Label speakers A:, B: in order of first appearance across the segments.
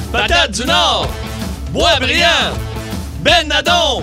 A: Patates du Nord, Boisbriand, Ben Nadon.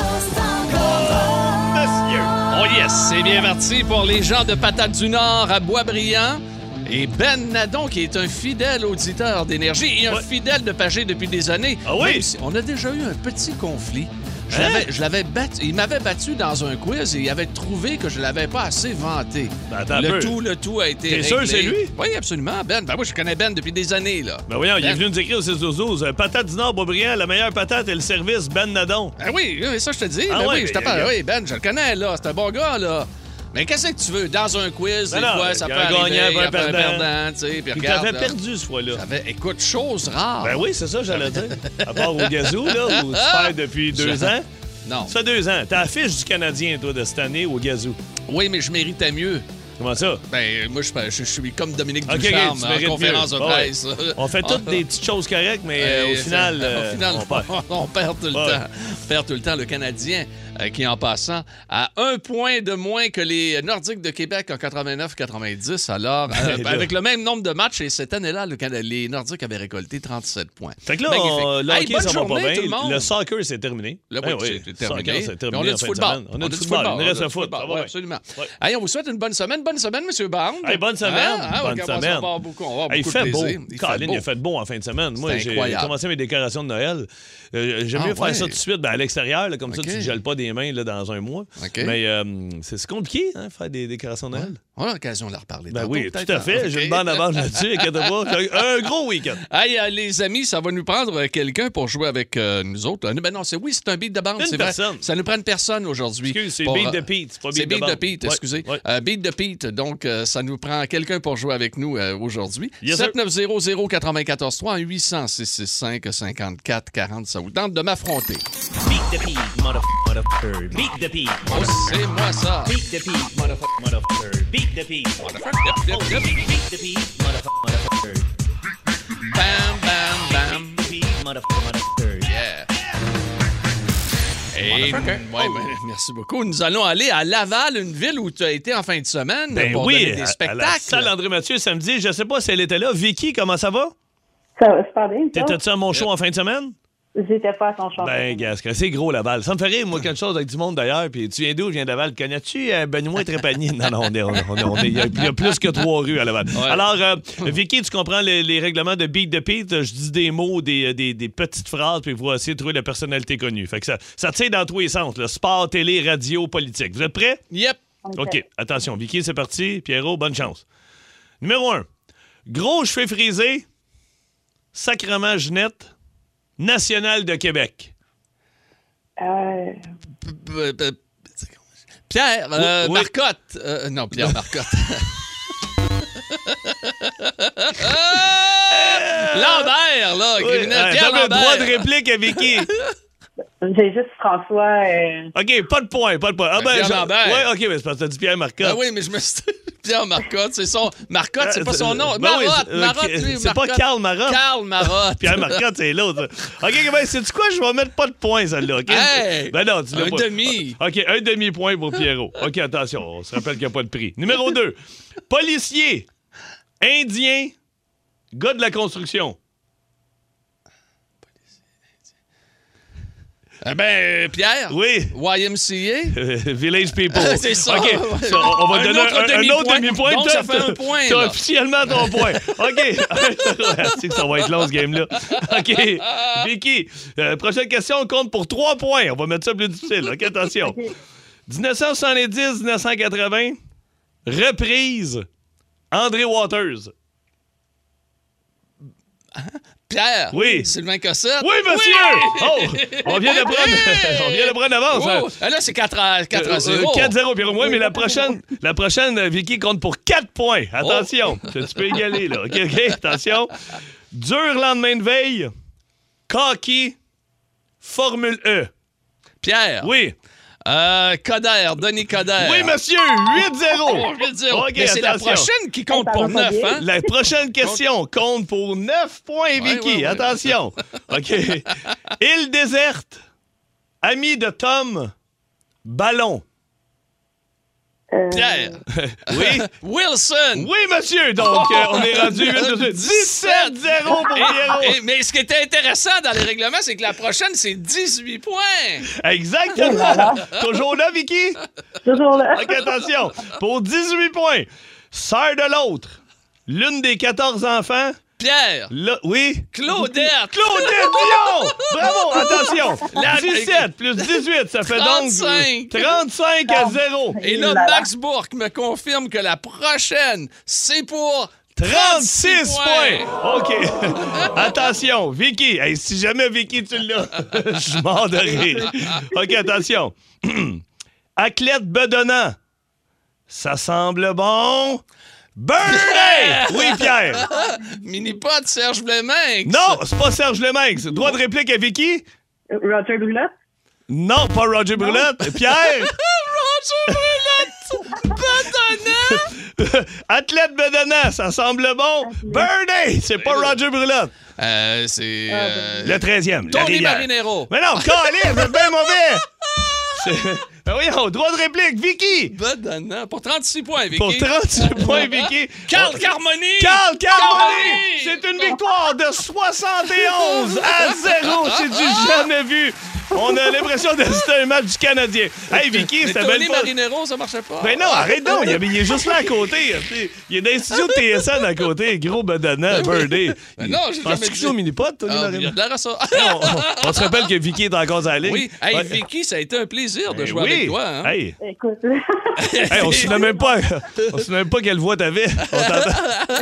A: Monsieur. Oh yes, c'est bien parti pour les gens de Patates du Nord à Boisbriand. Et Ben Nadon, qui est un fidèle auditeur d'Énergie et un fidèle de Pagé depuis des années. Ah oui? Même si on a déjà eu un petit conflit. Je l'avais battu. Il m'avait battu dans un quiz et il avait trouvé que je l'avais pas assez vanté.
B: Ben,
A: le tout a été réglé.
B: T'es sûr que c'est lui?
A: Oui, absolument, Ben. Ben moi, je connais Ben depuis des années, là.
B: Ben voyons, il est venu nous écrire au 612. Patate du Nord, Boisbriand, la meilleure patate et le service, Ben Nadon.
A: Ah oui, ça je te dis.
B: Ah
A: ben
B: ouais,
A: oui, je te parle. Oui, Ben, je le connais, là. C'est un bon gars, là. Mais qu'est-ce que tu veux? Dans un quiz, des fois, ça peut arriver.
B: Il y a un
A: perdant, tu sais.
B: Puis t'avais perdu ce fois-là.
A: Écoute, chose rare.
B: Ben oui, c'est ça, j'allais dire. À part au gazou, là, où tu perds depuis 2 ans.
A: Non.
B: Ça fait 2 ans. T'as la fiche du Canadien, toi, de cette année au gazou.
A: Oui, mais je méritais mieux.
B: Comment ça?
A: Ben, moi, je suis comme Dominique Ducharme en conférence de presse. Ouais.
B: On fait toutes des petites choses correctes, mais au final,
A: on perd tout le temps. On perd tout le temps. Le Canadien, qui, en passant, a 1 point de moins que les Nordiques de Québec en 89-90. Alors, avec le même nombre de matchs, et cette année-là, les Nordiques avaient récolté 37 points.
B: Fait que là, le hockey, ça va pas bien. Le soccer, c'est terminé.
A: C'est terminé.
B: C'est terminé.
A: On a du football.
B: On a du football. Il reste le foot.
A: Oui, absolument. Hey, on vous souhaite une bonne semaine. Bonne semaine, M. Bond.
B: Hey, bonne semaine.
A: Bonne semaine. On va avoir beaucoup
B: il fait
A: de
B: beau.
A: plaisir.
B: Caroline, il a fait beau en fin de semaine. Moi, j'ai commencé mes décorations de Noël. J'aime mieux faire ça tout de suite à l'extérieur, comme ça, tu ne gèles pas des mains là, dans un mois. Mais c'est compliqué, faire des décorations de Noël.
A: On a l'occasion de leur reparler.
B: Ben oui, tout à fait. J'ai une bande à bande là-dessus, inquiète-toi pas. Un gros week-end.
A: Hey, les amis, ça va nous prendre quelqu'un pour jouer avec nous autres. Ben non, c'est un beat de bande, c'est vrai. Ça nous prend une personne aujourd'hui.
B: Excuse, c'est Beat de Pete, c'est pas Beat de bande.
A: C'est Beat de Pete, excusez. Beat de Pete, donc ça nous prend quelqu'un pour jouer avec nous aujourd'hui. 7900-943 800-665-5440, ça vous tente de m'affronter.
C: Beat the Pete, motherfucker. Beat the Pete,
A: c'est moi ça.
C: Beat the Pete, motherfucker. Beat the Pete, motherfucker. Beat the Pete, motherfucker.
A: Bam, bam, bam.
C: Beat the Pete, motherfucker.
A: Yeah. Merci beaucoup. Nous allons aller à Laval, une ville où tu as été en fin de semaine pour donner des spectacles.
B: À la salle André Mathieu samedi. Je sais pas si elle était là. Vicky, comment ça va?
D: Ça va super bien.
B: T'étais-tu à mon show en fin de semaine?
D: J'étais pas à ton show.
B: Ben, gasque, c'est gros, Laval. Ça me fait rire, moi, quelque chose avec du monde d'ailleurs. Puis tu viens d'où? Je viens de Laval. Connais-tu Benoît Trépanier? Non, il y a plus que 3 rues à Laval. Ouais. Alors, Vicky, tu comprends les règlements de Beat the Pete? Je dis des mots, des petites phrases, puis vous essayer de trouver la personnalité connue. Fait que ça tire dans tous les sens. Là. Sport, télé, radio, politique. Vous êtes prêts?
A: Yep.
B: OK. Attention, Vicky, c'est parti. Pierrot, bonne chance. Numéro 1. Gros cheveux frisés, sacrement Ginette, National de Québec.
A: Pierre Marcotte. Non, Pierre Marcotte. Lambert, là, criminel. Pierre Lambert.
B: Droit de réplique à Vicky.
D: J'ai juste François.
B: OK, pas de point. Ah
A: Pierre Lambert.
B: Oui, OK, mais c'est parce que t'as dit Pierre Marcotte.
A: Ah oui, mais je me suis... Pierre Marcotte, c'est son... Marcotte, c'est pas son nom.
B: Ben
A: Marotte,
B: oui, c'est pas Karl Marotte.
A: Karl Marotte.
B: Pierre Marcotte, c'est l'autre. OK, ben, sais-tu quoi? Je vais mettre pas de point, celle-là, OK?
A: Hey,
B: ben non, tu l'as pas.
A: Un demi.
B: OK, un demi-point pour Pierrot. OK, attention, on se rappelle qu'il n'y a pas de prix. Numéro 2. Policier, indien, gars de la construction.
A: Pierre?
B: Oui.
A: YMCA?
B: Village People.
A: C'est ça.
B: OK. On va donner un autre demi-point.
A: Donc, ça fait un point.
B: Tu as officiellement ton point. OK. C'est que ça va être long, ce game-là. OK. Vicky, prochaine question, on compte pour 3 points. On va mettre ça plus difficile. OK, attention. 1970-1980, reprise, André Waters.
A: Pierre?
B: Oui.
A: Sylvain Cossette?
B: Oui, monsieur! Oui! Oh! On vient de prendre avance.
A: Oh! Hein? Là, c'est 4-0.
B: 4-0, Pierrot. Oui, mais la prochaine, Vicky compte pour 4 points. Attention. Tu peux égaler, là. OK, attention. Dur lendemain de veille. Cocky. Formule E.
A: Pierre?
B: Oui.
A: Coderre, Denis Coderre.
B: Oui, monsieur, 8-0.
A: 8-0.
B: OK,
A: mais c'est la prochaine qui compte pour 9, hein?
B: La prochaine question compte pour 9 points, Vicky. Ouais. Attention. OK. Île déserte, ami de Tom, ballon.
A: Pierre.
B: Oui?
A: Wilson.
B: Oui, monsieur. Donc, on est rendu 17-0 pour Pierrot.
A: Mais ce qui était intéressant dans les règlements, c'est que la prochaine, c'est 18 points.
B: Exactement. Toujours là, Vicky?
D: Toujours là.
B: OK, attention. Pour 18 points, sœur de l'autre, l'une des 14 enfants.
A: Pierre.
B: Là, oui?
A: Claudette.
B: Claudette Dion! Bravo, attention. 17 plus 18, ça fait
A: 35.
B: donc 35 à 0.
A: Et là, Max Bourque me confirme que la prochaine, c'est pour
B: 36 points. OK. Attention, Vicky. Hey, si jamais Vicky, tu l'as, je mords de rire. OK, attention. Athlète bedonnant. Ça semble bon. Birthday! Oui, Pierre.
A: Mini-pot Serge Bléminx.
B: Non, c'est pas Serge Leminx. Droit de réplique à Vicky?
D: Roger Brulette.
B: Non, pas Roger Brulette. Pierre?
A: Roger Brulette. Bedonnant.
B: Athlète bedonnant, ça semble bon. Birthday! C'est pas Roger Brulette.
A: C'est...
B: Le 13e. la
A: Tony
B: rivière.
A: Marinero.
B: Mais non, calé, c'est bien mauvais. Ben voyons, droit de réplique, Vicky.
A: Bedonnant. Pour 36 points, Vicky.
B: Pour 36 points, Vicky.
A: Carl Carmoni.
B: Carl Carmoni.
A: Carmoni.
B: C'est une victoire de 71 à 0. C'est du jamais vu. On a l'impression d'assister à un match du Canadien. Hey, Vicky,
A: Mais
B: c'était
A: Tony
B: belle fois.
A: Marinero, ça marchait pas.
B: Ben non, arrête donc. Il est juste là à côté. Il est dans l'institut de TSN à côté. Gros bedonnant, Birdie.
A: Ben non, j'ai
B: Penses-tu
A: jamais
B: qu'il
A: dit.
B: joue au mini-pot, Tony
A: Il y a
B: Marinero?
A: de l'air à ça.
B: On se rappelle que Vicky est encore dans la ligue.
A: Oui. Hey,
B: Ouais.
A: Vicky, ça a été un plaisir de
B: Ben
A: jouer
B: oui.
A: avec toi. Hein?
B: Hey.
D: Écoute.
B: Hey, on se souvenait même pas. On se souvenait même pas quelle voix t'avais. On t'entend.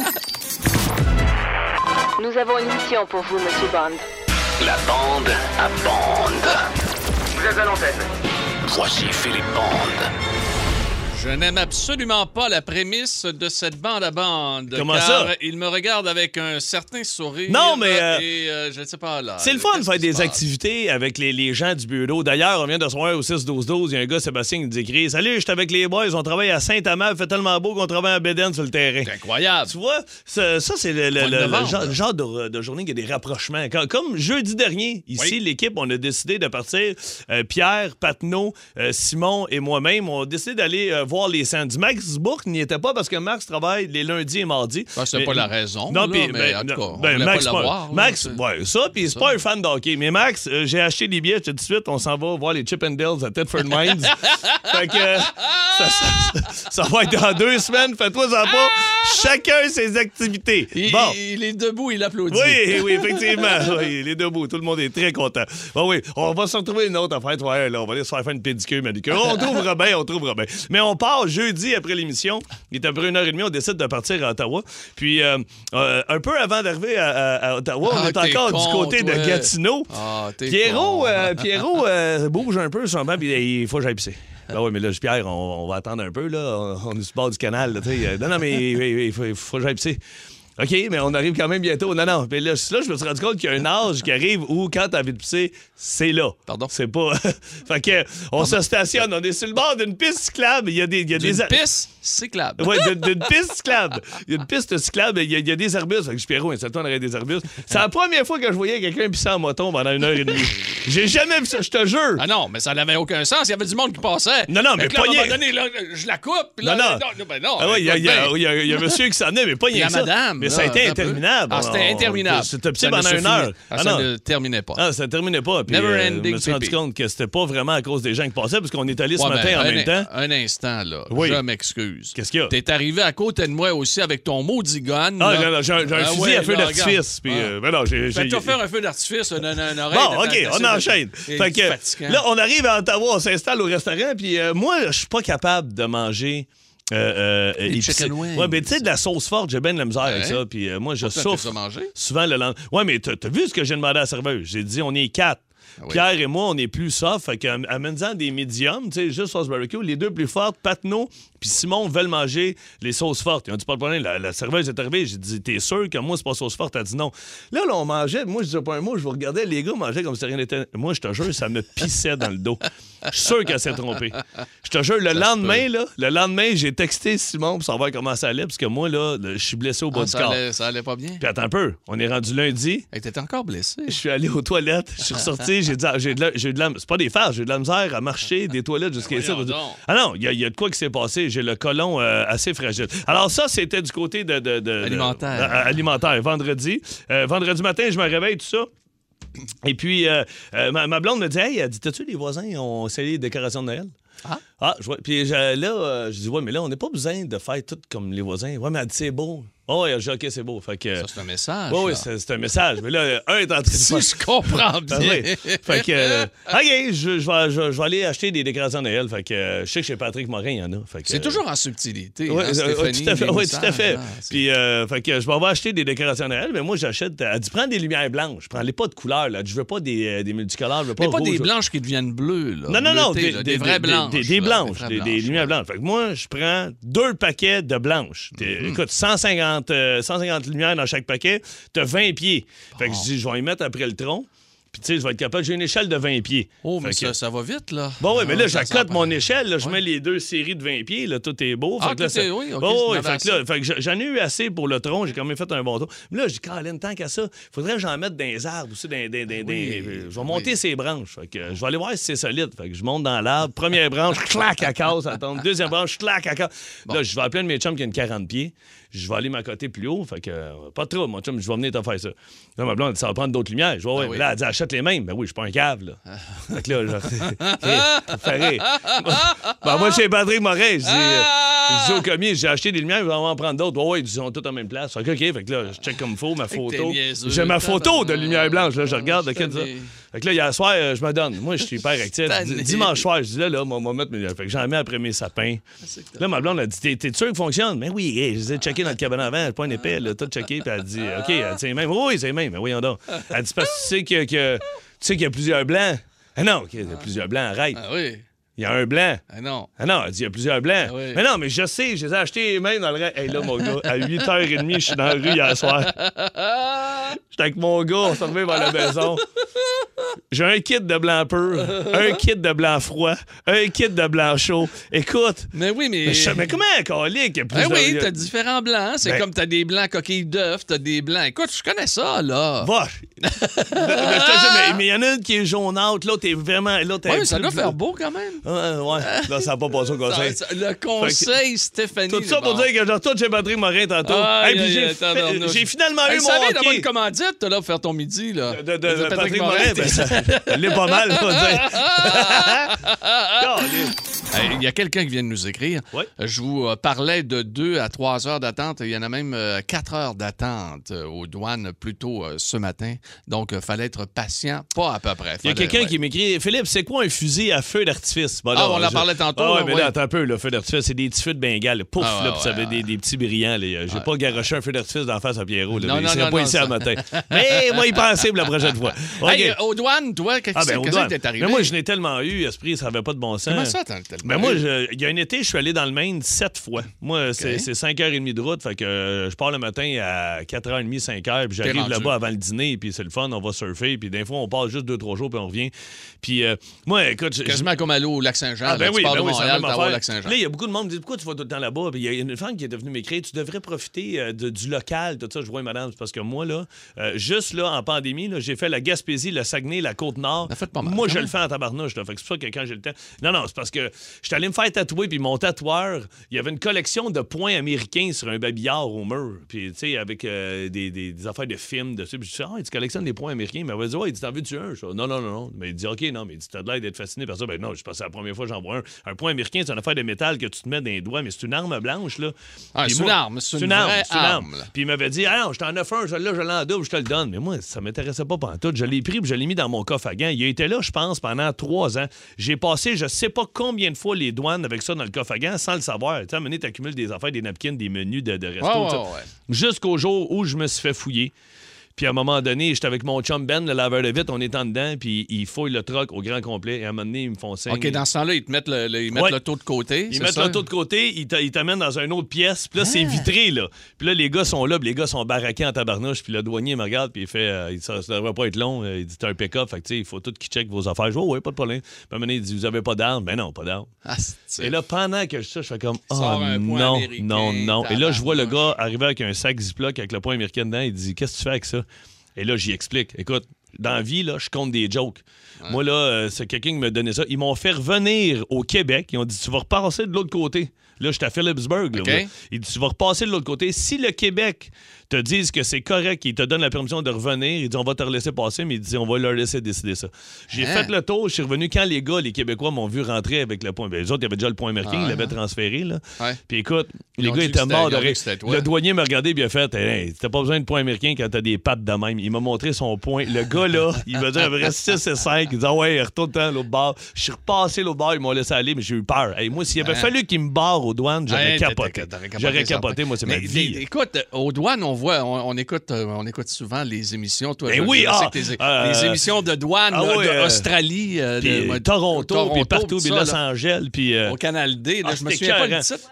E: Nous avons une mission pour vous, Monsieur Bond.
F: La bande à bande.
G: Vous êtes à l'antenne.
F: Voici Philippe Bond.
A: Je n'aime absolument pas la prémisse de cette bande à bande.
B: Comment
A: car
B: ça?
A: il me regarde avec un certain sourire.
B: Non, mais,
A: Et je ne sais pas là.
B: C'est le fun de
A: Qu'est-ce
B: faire
A: qui se
B: des
A: passe?
B: activités avec les gens du bureau. D'ailleurs, on vient de se voir au 6-12-12. Il y a un gars, Sébastien, qui nous écrit: Salut, j'étais avec les boys. On travaille à Saint-Amand. Il fait tellement beau qu'on travaille à Bédène sur le terrain.
A: C'est incroyable.
B: Tu vois, ça c'est le
A: novembre.
B: genre de journée qui a des rapprochements. Comme jeudi dernier, ici,
A: Oui.
B: l'équipe, on a décidé de partir. Pierre, Patnaud, Simon et moi-même, on a décidé d'aller voir les Sands. Max Bourque n'y était pas parce que Max travaille les lundis et mardis.
A: Ça, c'est
B: Mais-
A: pas la raison.
B: Non,
A: là,
B: puis,
A: mais
B: ben,
A: en tout cas, on
B: ben,
A: voulait
B: Max,
A: pas l'avoir.
B: Max,
A: là,
B: ouais, ça, puis c'est pas un fan de hockey. Mais Max, j'ai acheté des billets tout de suite. On s'en va voir les Chip and Dales à Thetford Mines. Fait que ça va être dans 2 semaines. Fais-toi en pas. Chacun ses activités. Bon.
A: Il est debout, il applaudit.
B: Oui, effectivement. Oui, il est debout. Tout le monde est très content. Bon, oui, on va se retrouver une autre affaire. Ouais, là, on va aller se faire une pédicure, manicure. On trouvera bien, on trouvera bien. Mais on part jeudi après l'émission. Il est à peu près 1h30. On décide de partir à Ottawa. Puis, un peu avant d'arriver à Ottawa, on est
A: t'es
B: encore
A: con,
B: du côté de
A: toi.
B: Gatineau.
A: Ah, t'es
B: Pierrot,
A: con.
B: Pierrot bouge un peu sur banc, puis il faut que j'aille pisser. Ben oui, mais là, Pierre, on va attendre un peu, là. On est sur le bord du canal, là, tu sais. Non, mais il faut que j'aille pisser. OK, mais on arrive quand même bientôt. Non. Puis là, je me suis rendu compte qu'il y a un âge qui arrive où, quand t'as envie de pisser, c'est là.
A: Pardon?
B: C'est pas... fait que, on se stationne. On est sur le bord d'une piste cyclable. Il y a des...
A: Une piste cyclable.
B: Oui, d'une piste cyclable. Il y a une piste cyclable, il y a des arbustes. Fait que je suis Pierrot, installe-toi en arrière des arbustes. C'est la première fois que je voyais quelqu'un pisser en moto pendant 1h30. J'ai jamais vu ça, je te jure.
A: Ah non, mais ça n'avait aucun sens. Il y avait du monde qui passait.
B: Non, mais
A: Fait que là, à un
B: pogné.
A: moment donné, là, je la coupe. Puis là,
B: Non.
A: ben non.
B: Ah oui, il y
A: écoute,
B: a un monsieur qui s'en est, mais pas rien
A: la
B: que ça.
A: madame,
B: Mais
A: là,
B: ça a été
A: un peu.
B: interminable.
A: Ah, c'était interminable.
B: C'était pissé
A: Ça ne
B: pendant
A: se
B: 1 heure.
A: finit- ça ne terminait pas.
B: Ah, ça ne terminait pas. Puis,
A: Never
B: je
A: ending
B: me suis rendu
A: pipi.
B: compte que c'était pas vraiment à cause des gens qui passaient, parce qu'on est allé ce
A: Ouais,
B: matin
A: mais
B: en même temps.
A: Un instant, là.
B: Oui.
A: Je m'excuse.
B: Qu'est-ce qu'il y a?
A: T'es arrivé à côté de moi aussi avec ton maudit gun.
B: Ah,
A: là.
B: non, j'ai un
A: Ah
B: fusil
A: ouais,
B: à feu
A: là,
B: d'artifice. Puis,
A: regarde.
B: ben non, j'ai.
A: Fais-toi faire un feu d'artifice, une oreille.
B: Bon, OK, on enchaîne. Fait que, là, on arrive à Ottawa, on s'installe au restaurant, puis moi, je suis pas capable de manger.
A: Des
B: épicé.
A: chicken wings.
B: Ouais, mais tu sais, de la sauce forte, j'ai bien de la misère avec ça. Puis moi, je
A: Pourtant,
B: souffre
A: t'as ça mangé?
B: souvent le lendemain. Ouais, mais t'as vu ce que j'ai demandé à la serveuse? J'ai dit, on est 4.
A: oui.
B: Pierre et moi, on est plus soft. Fait qu'amène-en des médiums, tu sais, juste sauce barbecue. Les deux plus fortes, Patnaud puis Simon veulent manger les sauces fortes. Ils ont dit, pas de problème. La serveuse est arrivée. J'ai dit, t'es sûr que moi, c'est pas sauce forte? Elle a dit non. Là, on mangeait. Moi, je disais pas un mot. Je vous regardais. Les gars mangeaient comme si rien n'était. Moi, je te jure, ça me pissait dans le dos. Je suis sûr qu'elle s'est trompée. Je te jure, le lendemain, j'ai texté Simon pour savoir comment ça allait, parce que moi, là, je suis blessé au bas du corps.
A: Ça allait pas bien.
B: Puis attends un peu, on est rendu lundi.
A: Et t'étais encore blessé.
B: Je suis allé aux toilettes, je suis ressorti, j'ai de la... C'est pas des farces, j'ai de la misère à marcher des toilettes jusqu'à ici. Ah non, il y a de quoi qui s'est passé. J'ai le côlon assez fragile. Alors ça, c'était du côté alimentaire, vendredi. Vendredi matin, je me réveille, tout ça. Et puis, ma blonde me dit, hey, elle dit, t'as-tu les voisins ont essayé les décorations de Noël? Je vois. Puis là, je dis, ouais, mais là, on n'est pas besoin de faire tout comme les voisins. Ouais, mais elle dit, c'est beau. Oh, j'ai dit, OK, c'est beau. Fait que,
A: ça, c'est un message.
B: Oui, c'est un message. Mais là, un est en train de
A: si je comprends bien.
B: Fait que, OK, je vais aller acheter des décorations de Noël. Fait que, je sais que chez Patrick Morin, il y en a. Fait que,
A: c'est toujours en subtilité.
B: Oui,
A: Stéphanie,
B: tout à fait. Puis, fait que je m'en vais acheter des décorations de Noël. Mais moi, j'achète. Elle dit, prends des lumières blanches. Prends-les pas de couleur. Là. Je veux pas des multicolores. Je veux pas
A: mais pas
B: rouge,
A: des blanches qui deviennent bleues. Là.
B: Non.
A: Des vraies blanches.
B: Des blanches. Des lumières blanches. Fait que moi, je prends 2 paquets de blanches. Écoute, 150 lumières dans chaque paquet, t'as 20 pieds. Fait que je dis, je vais y mettre après le tronc. Puis, tu sais, je vais être capable. J'ai une échelle de 20 pieds.
A: Oh, mais ça va vite, là.
B: Bon, oui, mais là, j'accote mon échelle. Là, je mets les 2 séries de 20 pieds. Là, tout est beau.
A: Fait que là,
B: oui, fait que j'en ai eu assez pour le tronc. J'ai quand même fait un bon tour. Mais là, je dis, Caroline, tant qu'à ça, faudrait que j'en mette dans les arbres aussi. Je vais monter ces branches. Fait que je vais aller voir si c'est solide. Fait que je monte dans l'arbre. Première branche, clac, à casse, ça tombe. Deuxième branche, clac, à casse. Là, je vais appeler un de mes chums qui a une 40 pieds. Je vais aller m'accoter plus haut. Fait que, pas trop, mon chum, je vais venir te faire ça. Là, ma blonde, elle dit, ça va prendre d'autres lumières. Je vais, là, elle dit, achète les mêmes. Ben oui, je suis pas un cave, là. Fait que là, moi, chez Patrick Morin, je dis au commis, j'ai acheté des lumières, je vais en prendre d'autres. Ouais, ils sont tous en même place. Fait que, OK, fait que là, je check comme il faut ma photo. J'ai ma photo de lumière blanche, là, je regarde. Fait que là, hier soir, je me donne. Moi, je suis hyper actif. Dimanche soir, je dis là, on va mettre mes... Fait que j'en mets après mes sapins. Là, ma blonde a dit, t'es sûr qu'il fonctionne? Mais oui, je les ai checkés dans le cabinet avant, pas une épée, elle a tout checké, puis elle dit, OK, elle dit, c'est les mêmes. Oui, c'est les mêmes, mais voyons donc. Elle dit, parce que tu sais qu'il y a plusieurs blancs. Ah non, il y a plusieurs blancs, arrête.
A: Ah oui.
B: Il y a un blanc.
A: Ah non.
B: Ah non, elle dit, il y a plusieurs blancs.
A: Ah oui.
B: Mais non, mais je sais, je les ai achetés même dans le rêve. Hey, là, mon gars, à 8h30, je suis dans la rue hier soir. J'étais avec mon gars, on s'en revient vers la maison. J'ai un kit de blanc pur, un kit de blanc froid, un kit de blanc chaud. Écoute.
A: Mais oui, mais
B: comment un colique?
A: Oui, t'as différents blancs. C'est comme t'as des blancs coquilles d'œufs, t'as des blancs. Écoute, je connais ça, là.
B: Va! Mais il y en a une qui est jaunâtre, l'autre est vraiment.
A: Oui, mais ça doit faire beau quand même.
B: Ouais. Là, ça n'a pas passé au conseil.
A: Le conseil, Stéphanie.
B: Tout ça pour dire que je retourne chez Patrick Morin tantôt. J'ai finalement eu mon hockey.
A: D'avoir une commandite, là, pour faire ton midi, là.
B: De Patrick Morin, ça l'est pas mal, faut dire.
A: Il y a quelqu'un qui vient de nous écrire.
B: Oui.
A: Je vous parlais de 2 à 3 heures d'attente. Il y en a même 4 heures d'attente aux douanes plus tôt ce matin. Donc, il fallait être patient, pas à peu près.
B: Il y a quelqu'un qui m'écrit, Philippe, c'est quoi un fusil à feu d'artifice? Bon,
A: on en parlait tantôt.
B: Mais là, attends un peu, le feu d'artifice, c'est des petits feux de Bengale. Pouf, là, puis ça avait des petits brillants. J'ai pas garoché un feu d'artifice d'en face à Pierrot. Là, il serait pas ici à matin. Mais moi, il pensait pour la prochaine fois.
A: Hey, aux douanes, toi, qu'est-ce qui t'est arrivé?
B: Mais moi, je n'ai tellement eu, esprit, ça n'avait pas de bon sens.
A: Comment ça, t'as tellement
B: mais moi, il y a un été, je suis allé dans le Maine 7 fois. Moi, c'est 5h30 de route. Fait que je pars le matin à 4h30, 5h, puis j'arrive là-bas avant le dîner, puis c'est le fun, on va surfer, puis des fois, on passe juste 2-3 jours, puis on revient. Puis moi, écoute...
A: Quasiment comme aller au Lac-Saint-Jean.
B: Ben oui,
A: tu pars de Montréal,
B: c'est
A: au Lac-Saint-Jean.
B: Là, il y a beaucoup de monde qui dit, pourquoi tu vas tout le temps là-bas? Puis il y a une femme qui est devenue m'écrire, tu devrais profiter du local, tout ça. Je vois, madame, c'est parce que moi, là, juste là, en pandémie, là, j'ai fait la Gaspésie, le Saguenay, la Côte-Nord. Moi, je le fais en tabarnouche, là. Fait que c'est pour ça que quand j'ai le temps... Non, c'est parce que j'étais allé me faire tatouer, puis mon tatoueur, il y avait une collection de points américains sur un babillard au mur. Puis, tu sais, avec des affaires de films dessus. Puis je dis, tu collectionnes des points américains. Mais elle va dire, il dit, t'en veux-tu un? Je dis, non. Mais il dit, OK, non. Mais il dit, t'as l'air d'être fasciné par ça. Ben non, je pense que c'est la première fois que j'en vois un. Un point américain, c'est une affaire de métal que tu te mets dans les doigts, mais c'est une arme blanche, là.
A: C'est une arme. C'est une vraie arme.
B: Puis il m'avait dit, non, je t'en offre un, celui-là, je l'en double, je te le donne. Mais moi, ça m'intéressait pas pantoute. Je l'ai pris, puis je l'ai mis dans mon coffre à gants. Il a été là, je pense, pendant 3 ans. J'ai passé, je sais pas combien de fois les douanes avec ça dans le coffre à gants sans le savoir. Tu sais, à un moment donné, t'accumules des affaires, des napkins, des menus de resto. Jusqu'au jour où je me suis fait fouiller. Puis à un moment donné, j'étais avec mon chum Ben, le laveur de vitre, on est en dedans, puis ils fouillent le truck au grand complet. Et à un moment donné, ils me font signe.
A: OK, dans ce temps-là, ils te mettent l'auto de côté.
B: Ils mettent l'auto de côté, ils t'amènent dans une autre pièce, puis là, c'est vitré, là. Puis là, les gars sont là, puis les gars sont baraqués en tabarnouche, puis le douanier me regarde, puis il fait ça devrait pas être long. Il dit, t'as un pick-up, fait que, tu sais, il faut tout qu'il check vos affaires. Je dis, ouais, pas de problème. Puis à un moment donné, il dit, vous avez pas d'armes? Ben non, pas d'armes. Et là, pendant que je fais comme, non. Et là, je vois le gars arriver avec un sac Ziploc avec le point américain dedans. Il dit, qu'est-ce que tu fais avec ça? Et là, j'y explique. Écoute, dans la vie, là, je compte des jokes. Ouais. Moi, là, c'est quelqu'un qui me donnait ça. Ils m'ont fait revenir au Québec. Ils ont dit, tu vas repasser de l'autre côté. Là, j'étais à Phillipsburg. Là,
A: okay.
B: Ils disent, tu vas repasser de l'autre côté. Si le Québec te disent que c'est correct, ils te donnent la permission de revenir, ils disent, on va te laisser passer, mais ils disent, on va leur laisser décider ça. J'ai fait le tour. Je suis revenu quand les gars, les Québécois, m'ont vu rentrer avec le point. Ben, les autres, il y avait déjà le point américain. Ils l'avaient transféré. Là. Ouais. Puis écoute, les gars étaient morts de rire. Le douanier m'a regardé et il a fait, hey, t'as pas besoin de point américain quand t'as des pattes de même. Il m'a montré son point. Le gars, là, il m'a dit, il reste 6 et 5. Il dit, ah ouais, retourne-t'en à l'autre bord. Je suis repassé l'autre bord. Ils m'ont laissé aller, mais j'ai eu peur. Hey, moi, s'il avait fallu qu'ils me barrent aux douanes, j'aurais capoté. J'aurais capoté, moi, c'est ma vie.
A: Écoute, aux douanes, on écoute souvent les émissions. Toi,
B: oui,
A: les émissions de douane d'Australie,
B: de Toronto, puis partout, puis Los Angeles. Puis
A: au Canal D. Là, je me souviens pas du titre.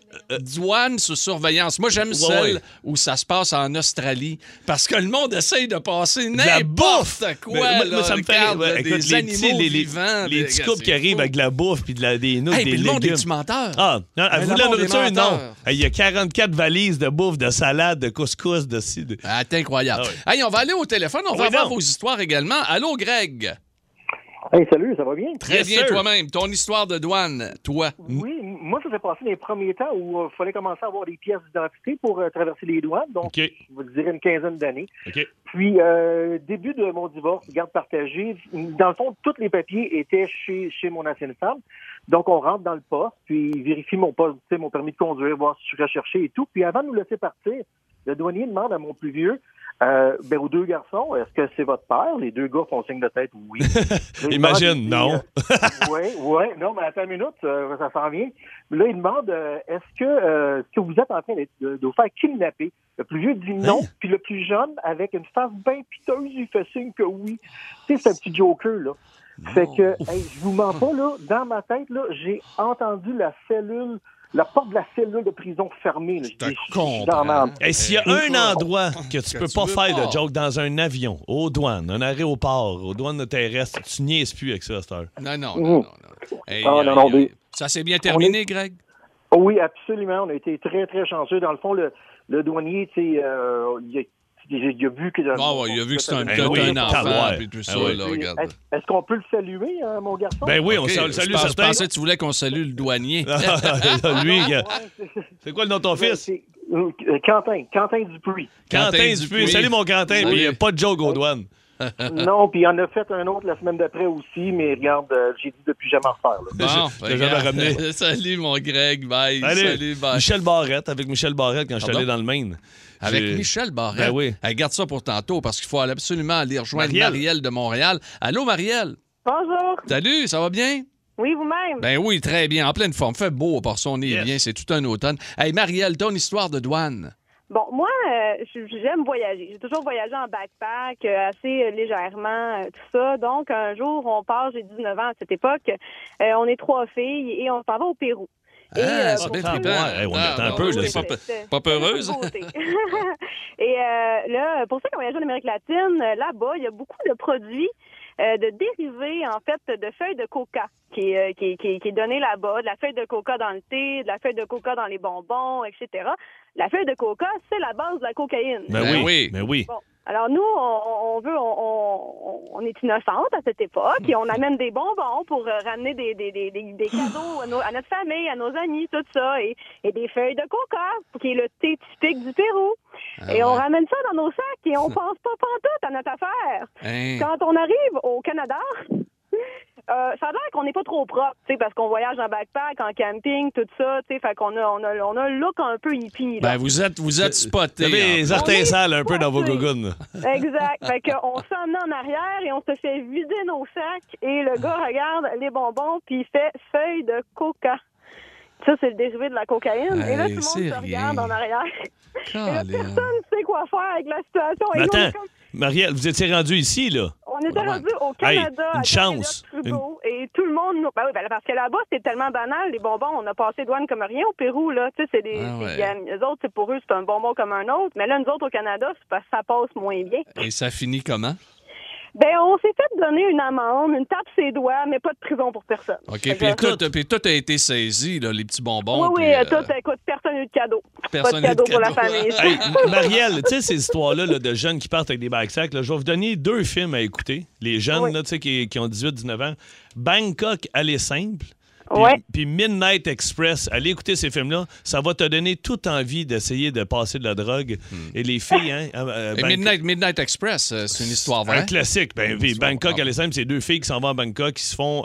A: Douane sous surveillance. Moi, j'aime celle où ça se passe en Australie parce que le monde essaye de passer n'importe quoi.
B: Moi, ça me fait rire.
A: Écoute, des animaux vivants.
B: Les petits couples qui arrivent avec de la bouffe puis des noix, des légumes.
A: Le monde est-tu menteur?
B: Ah, non, à vous la nourriture, non. Il y a 44 valises de bouffe, de salade, de couscous, de ci.
A: C'est incroyable. Hey, on va aller au téléphone. On va voir vos histoires également. Allô, Greg?
D: Hey, salut, ça va bien?
A: Très bien, toi-même. Ton histoire de douane, toi.
D: Oui, moi, ça s'est passé dans les premiers temps où il fallait commencer à avoir des pièces d'identité pour traverser les douanes. Donc, je vous dirais une quinzaine d'années. Puis, début de mon divorce, garde partagée, dans le fond, tous les papiers étaient chez mon ancienne femme. Donc, on rentre dans le poste, puis il vérifie mon permis de conduire, voir si je suis recherché et tout. Puis, avant de nous laisser partir, le douanier demande à mon plus vieux, aux deux garçons, est-ce que c'est votre père? Les deux gars font signe de tête, oui.
B: Imagine, non.
D: Oui, non, mais attends une minute, ça s'en vient. Là, il demande, est-ce que vous êtes en train de vous faire kidnapper? Le plus vieux dit non, puis le plus jeune, avec une face bien piteuse, il fait signe que oui. Tu sais, c'est un petit joker, là. Fait que, je vous mens pas, là, dans ma tête, là, j'ai entendu la porte de la cellule de prison fermée.
B: S'il y a un endroit que tu peux pas faire de joke dans un avion, aux douanes, un aéroport, aux douanes terrestres, tu niaises plus avec ça à cette heure.
A: Non. Ça s'est bien terminé, Greg?
D: Oui, absolument. On a été très, très chanceux. Dans le fond, le douanier, tu sais, il a vu que...
A: il a vu que c'était un enfant et tout ça, là, regarde.
D: Est-ce qu'on peut le saluer, mon garçon?
B: Ben oui, on le salue,
A: je pensais que tu voulais qu'on salue le douanier.
B: Lui, c'est quoi le nom de ton fils?
D: Quentin Dupuis.
B: Quentin Dupuis. Salut, mon Quentin. Puis il n'y a pas de joke aux douanes.
D: Non, puis il en a fait un autre la semaine d'après aussi, mais regarde, j'ai dit depuis jamais en refaire.
A: Bon,
B: jamais ramené.
A: Salut, mon Greg. Bye.
B: Salut, bye. Michel Barrette, avec Michel Barrette, quand je suis allé dans le Maine.
A: Avec Michel Barrette?
B: Ben oui.
A: Garde ça pour tantôt, parce qu'il faut absolument aller rejoindre Marielle de Montréal. Allô, Marielle?
G: Bonjour.
A: Salut, ça va bien?
G: Oui, vous-même?
A: Ben oui, très bien. En pleine forme. Fait beau, par ça, on est bien. C'est tout un automne. Hey, Marielle, ton histoire de douane.
G: Bon, moi, j'aime voyager. J'ai toujours voyagé en backpack, assez légèrement, tout ça. Donc, un jour, on part, j'ai 19 ans à cette époque. On est 3 filles et on s'en va au Pérou.
A: C'est bien trippant.
B: On est un peu, là.
A: Pas peureuse.
G: Et là, pour ceux qui ont voyagé en Amérique latine, là-bas, il y a beaucoup de produits de dérivés, en fait, de feuilles de coca qui est donné là-bas, de la feuille de coca dans le thé, de la feuille de coca dans les bonbons, etc. La feuille de coca, c'est la base de la cocaïne.
B: Ben oui.
G: Bon. Alors nous, on est innocentes à cette époque et on amène des bonbons pour ramener des cadeaux à notre famille, à nos amis, tout ça, et des feuilles de coca, qui est le thé typique du Pérou. On ramène ça dans nos sacs et on pense pas pantoute à notre affaire. Quand on arrive au Canada, ça a l'air qu'on n'est pas trop propre, tu sais, parce qu'on voyage en backpack, en camping, tout ça, tu sais, fait qu'on a un look un peu hippie. Là.
A: Ben, vous êtes spotés.
B: Vous avez les orteils sales un peu dans vos gougounes.
G: Exact. Fait qu'on s'en en arrière et on se fait vider nos sacs et le gars regarde les bonbons puis il fait feuille de coca. Ça, c'est le dérivé de la cocaïne. Et là, tout le monde
A: c'est
G: se regarde en arrière. Et là,
A: Calé.
G: personne ne sait quoi faire avec la situation. Et
B: Mais
G: nous, on est
B: attends,
G: comme-
B: Marielle, vous étiez rendu ici, là?
G: On était
A: Ouais.
G: rendu au
B: Hey,
G: Canada,
B: une
G: à
B: chance.
G: Trudeau, et tout le monde nous... Ben oui, ben là, parce que là-bas, c'est tellement banal, les bonbons. On a passé douane comme rien au Pérou, là. Tu sais, c'est des...
A: Ah ouais.
G: Les autres, c'est pour eux, c'est un bonbon comme un autre. Mais là, nous autres, au Canada, c'est parce que ça passe moins bien.
A: Et ça finit comment?
G: Ben, on s'est fait donner une amende, une tape ses doigts, mais pas de prison pour personne.
A: OK,
G: Fait que-
A: puis tout a été saisi, là, les petits bonbons.
G: Oui,
A: puis,
G: tout, écoute, personne n'a eu de cadeau.
A: Personne
G: Pas de cadeau
A: n'a eu de
G: pour la
A: cadeau.
G: famille.
B: Hey, Marielle, tu sais, ces histoires-là là, de jeunes qui partent avec des backpacks, là, je vais vous donner 2 films à écouter. Les jeunes
G: Oui.
B: là, tu sais, qui ont 18-19 ans. Bangkok, aller simple.
G: Ouais.
B: Puis Midnight Express, allez écouter ces films-là. Ça va te donner toute envie d'essayer de passer de la drogue. Et les filles, hein...
A: Et Midnight Express, c'est une histoire vraie.
B: Un classique. Ben, puis
A: histoire.
B: Bangkok, aller simple, c'est 2 filles qui s'en vont à Bangkok, qui se font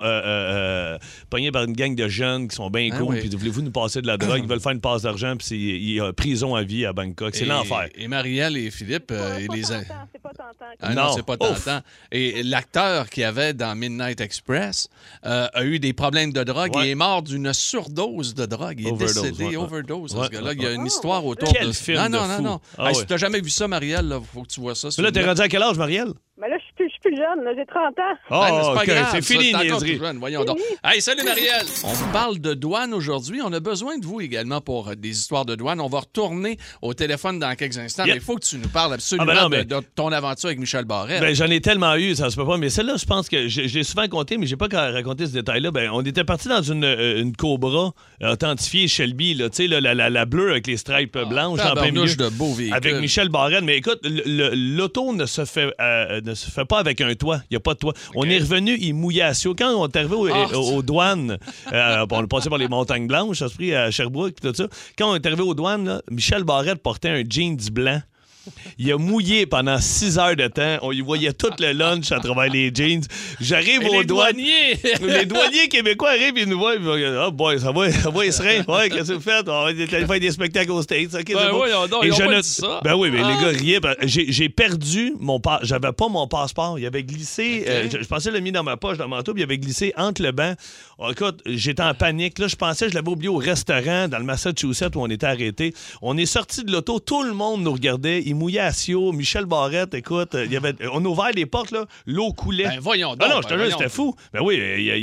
B: pogner par une gang de jeunes qui sont bien
A: Ah
B: cool.
A: oui.
B: Puis voulez-vous nous passer de la drogue? Ils veulent faire une passe d'argent, puis il y a prison à vie à Bangkok. C'est
A: Et-
B: l'enfer.
A: Et Marielle et Philippe,
G: C'est
A: et
G: pas
A: les...
G: tentant, c'est pas tentant.
A: Ah non,
B: Non.
A: c'est pas
B: Ouf.
A: tentant. Et l'acteur qui avait dans Midnight Express a eu des problèmes de drogue.
B: Ouais.
A: Il est mort d'une surdose de drogue. Il est
B: Overdose,
A: décédé,
B: ouais.
A: overdose,
B: Ouais,
A: ce gars-là.
B: ouais,
A: Il y a une
G: ouais.
A: histoire autour
B: Quel
A: de...
B: film
A: non,
B: de
A: non,
B: fou.
A: non.
B: Ah
A: Hey,
B: ouais.
A: si t'as jamais vu ça, Marielle, il faut que tu vois ça.
B: Mais là, t'es rendu à quel âge, Marielle?
G: Mais là, je suis plus jeune, là, j'ai 30 ans.
B: Oh,
A: pas
B: OK,
A: grave,
B: c'est
A: ça,
B: fini,
A: t'es encore
B: niaiserie.
A: tout jeune, voyons donc. Hey, salut Marielle! On parle de douane aujourd'hui. On a besoin de vous également pour des histoires de douane. On va retourner au téléphone dans quelques instants,
B: Yep.
A: mais il faut que tu nous parles absolument
B: Ah ben non, mais-
A: de ton aventure avec Michel Barrette.
B: Ben, j'en ai tellement eu, ça se peut pas. Mais celle-là, je pense que j'ai souvent compté, mais j'ai pas raconté ce détail-là. Ben, on était parti dans une Cobra authentifiée Shelby, là, tu sais, là, la bleue avec les stripes blanches en plein milieu.
A: Tabarnouche de beaux véhicules.
B: Avec Michel Barrette. Mais écoute, l'auto ne se fait pas avec un toit. Il n'y a pas de toit. On est revenu, il mouillait à Sio. Quand on est arrivé aux douanes, on est passé par les Montagnes Blanches, ça se pris à Sherbrooke et tout ça. Quand on est arrivé aux douanes, là, Michel Barrette portait un jeans blanc. Il a mouillé pendant 6 heures de temps. On y voyait tout le lunch à travers les jeans. J'arrive
A: Et
B: aux
A: les
B: douanes.
A: douaniers!
B: Les douaniers québécois arrivent, ils nous voient. Ils vont dire, oh boy, ça va, il serait. Ouais, qu'est-ce que vous faites? On va aller faire des spectacles aux States. OK,
A: Ben
B: c'est bon.
A: voyons donc,
B: Et
A: ils ont
B: je
A: pas
B: ne-
A: dit ça.
B: Ben oui, mais
A: Ah.
B: les gars riaient. J'ai perdu mon passeport. J'avais pas mon passeport. Il avait glissé.
A: OK.
B: Je pensais le mis dans ma poche, dans mon manteau, puis il avait glissé entre le banc. Oh, écoute, j'étais en panique. Là, je pensais que je l'avais oublié au restaurant dans le Massachusetts où on était arrêtés. On est sorti de l'auto. Tout le monde nous regardait. Il mouillait à Sio. Michel Barrette, écoute, on a ouvert les portes, là, l'eau coulait.
A: Ben voyons donc.
B: Ah non, je te
A: ben
B: jure,
A: voyons.
B: c'était fou. Ben oui,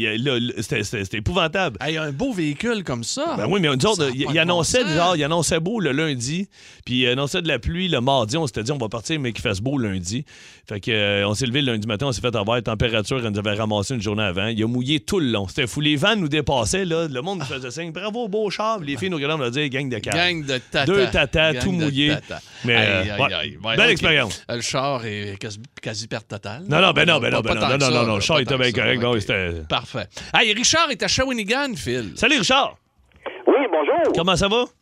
B: c'était épouvantable.
A: Hey, un beau véhicule comme ça.
B: Ben oui, mais nous autres,
A: Ça a
B: il
A: pas de
B: annonçait,
A: bon sens.
B: genre, il annonçait beau le lundi, puis il annonçait de la pluie le mardi. On s'était dit, on va partir, mais qu'il fasse beau lundi. Fait que, on s'est levé le lundi matin, on s'est fait avoir température, on nous avait ramassé une journée avant. Il a mouillé tout le long. C'était fou. Les vents nous dépassaient, là. Le monde nous faisait signe. Bravo, beau char. Les filles nous regardaient, on leur disait, gang de quatre.
A: Gang de tata.
B: 2 tatas,
A: Gang
B: tout
A: de
B: mouillé.
A: tata.
B: Mais,
A: Aïe, aïe,
B: ouais.
A: aïe. Ouais,
B: Belle
A: ok.
B: expérience.
A: Le char est quasi perte totale.
B: Non, non, ben non,
A: Pas tant que ça,
B: le char
A: pas
B: était
A: tant
B: bien
A: que ça,
B: correct. Ben
A: ok.
B: oui, c'était...
A: Parfait. Hey, Richard est à Shawinigan, Phil.
B: Salut, Richard.
H: Oui, bonjour.
B: Comment ça va?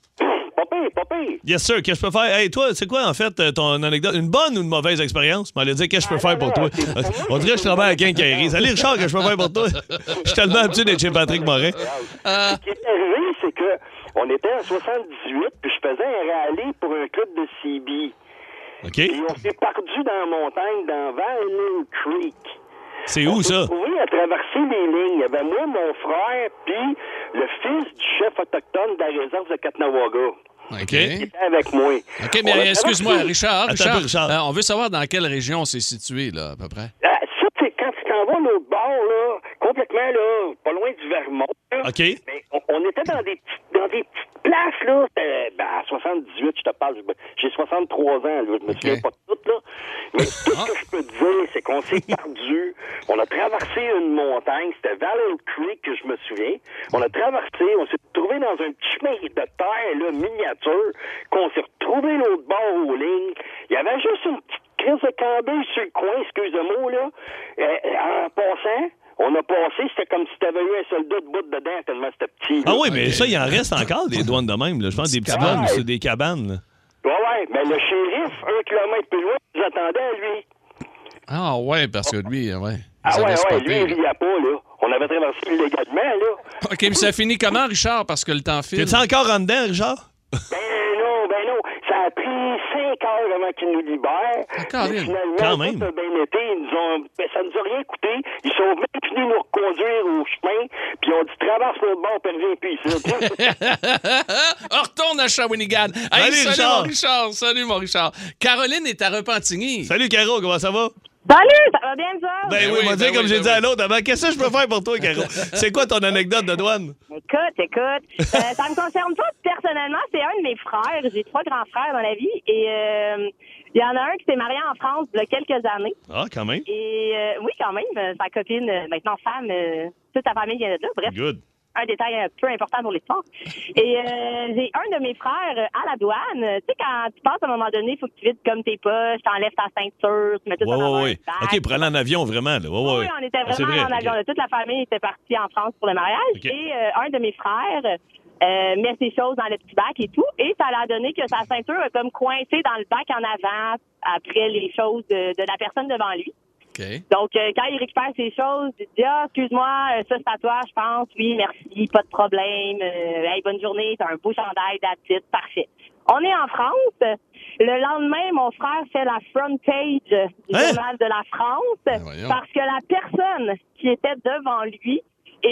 H: Pas pire.
B: Yes, sir. Qu'est-ce que je peux faire? Hey, toi, c'est quoi, en fait, ton anecdote? Une bonne ou une mauvaise expérience? M'allais dire, qu'est-ce que je peux faire pour toi? On dirait que je travaille à Quincaillerie. Salut, Richard, qu'est-ce que je peux faire pour toi? Je suis tellement habitué d'être chez Patrick Morin.
H: Ce qui est arrivé, c'est que on était en 78, puis je faisais un rallye pour un club de CB.
B: OK?
H: Puis on s'est perdu dans la montagne, dans Valin Creek.
B: C'est où, ça?
H: Oui, à traverser les lignes. Il y avait moi, mon frère, puis le fils du chef autochtone de la réserve de Katnawaga.
A: OK.
H: qui était avec moi.
A: OK,
H: On a
A: mais excuse-moi,
H: traversé-
A: Richard.
B: Attends un peu, Richard.
A: On veut savoir dans quelle région c'est situé, là, à peu près.
H: Ça, c'est quand tu t'en vas à l'autre bord, là, complètement, là, pas loin du Vermont. là.
B: OK.
H: Mais on était dans des petites places, là. À 78, je te parle, j'ai 63 ans, là, je me souviens pas de tout, là. Mais tout ce que je peux te dire, c'est qu'on s'est perdu. On a traversé une montagne, c'était Valley Creek, que je me souviens. On a traversé, on s'est retrouvé dans un petit chemin de terre, là, miniature, qu'on s'est retrouvé l'autre bord aux lignes. Il y avait juste une petite crise de cambouis sur le coin, excuse-moi, là. En passant, on a passé, c'était comme si t'avais eu un soldat de bout dedans, tellement c'était petit.
B: Ah
H: là.
B: oui, mais ça, il en reste encore des douanes de même. Là. Je pense des petites douanes, c'est des cabanes. Là.
H: Ouais, mais le shérif, 1 kilomètre plus loin, nous attendait à lui.
A: Ah, ouais, parce que lui, ouais.
H: Ah
A: ça
H: ouais,
A: laisse pas
H: lui,
A: pire.
H: il riait pas, là. On avait traversé illégalement, là.
A: OK, mais ça finit comment, Richard? Parce que le temps file.
B: T'es-tu encore en dedans, Richard?
H: Ben non. Ça a pris 5 heures avant qu'ils nous libèrent. Et finalement,
B: quand même.
H: tout a bien été. Ça nous a rien coûté. Ils sont même venus nous reconduire au chemin, puis on dit traverse l'autre bord, puis reviens plus ici.
A: On retourne à Shawinigan. Hey, salut mon Richard. Salut mon Richard. Caroline est à Repentigny.
B: Salut Caro, comment ça va?
G: Salut, ça va bien, ça?
B: Ben oui, on va dire comme j'ai dit à l'autre avant. Qu'est-ce que je peux faire pour toi, Caro? C'est quoi ton anecdote de douane?
G: Écoute. Ça me concerne pas personnellement. C'est un de mes frères. J'ai 3 grands frères dans la vie. Et il y en a un qui s'est marié en France il y a quelques années.
B: Ah, quand même.
G: Et oui, quand même. Sa copine, maintenant femme, toute sa famille vient de là. Bref.
B: Good.
G: Un détail un peu important pour l'histoire. Et j'ai un de mes frères à la douane. Tu sais, quand tu passes à un moment donné, il faut que tu vides comme tes poches, t'enlèves ta ceinture, tu mets tout dans
B: ouais. OK, pour aller en avion, vraiment. Là.
G: Oui, on était vraiment en avion. Toute la famille était partie en France pour le mariage.
B: Okay.
G: Et un de mes frères met ses choses dans le petit bac et tout. Et ça l'a donné que sa ceinture a comme coincé dans le bac en avant après les choses de la personne devant lui.
A: Okay.
G: Donc, quand il récupère ses choses, il dit « Ah, excuse-moi, ça c'est à toi, je pense. Oui, merci, pas de problème. Hey, bonne journée, t'as un beau chandail, that's it, parfait. » On est en France. Le lendemain, mon frère fait la front page du journal de la France parce que la personne qui était devant lui